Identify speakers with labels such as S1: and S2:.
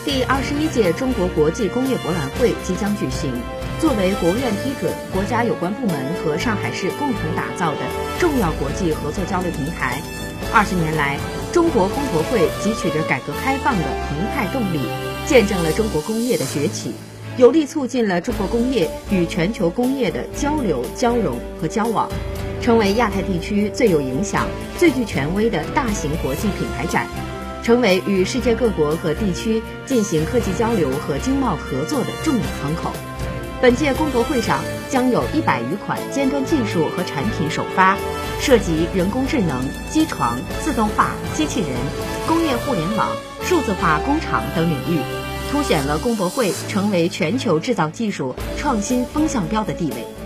S1: 第21届中国国际工业博览会即将举行。作为国务院批准、国家有关部门和上海市共同打造的重要国际合作交流平台，20年来，中国工博会汲取着改革开放的澎湃动力，见证了中国工业的崛起，有力促进了中国工业与全球工业的交流、交融和交往，成为亚太地区最有影响、最具权威的大型国际品牌展，成为与世界各国和地区进行科技交流和经贸合作的重要窗口。本届工博会上将有100余款尖端技术和产品首发，涉及人工智能、机床、自动化、机器人、工业互联网、数字化工厂等领域，凸显了工博会成为全球制造技术创新风向标的地位。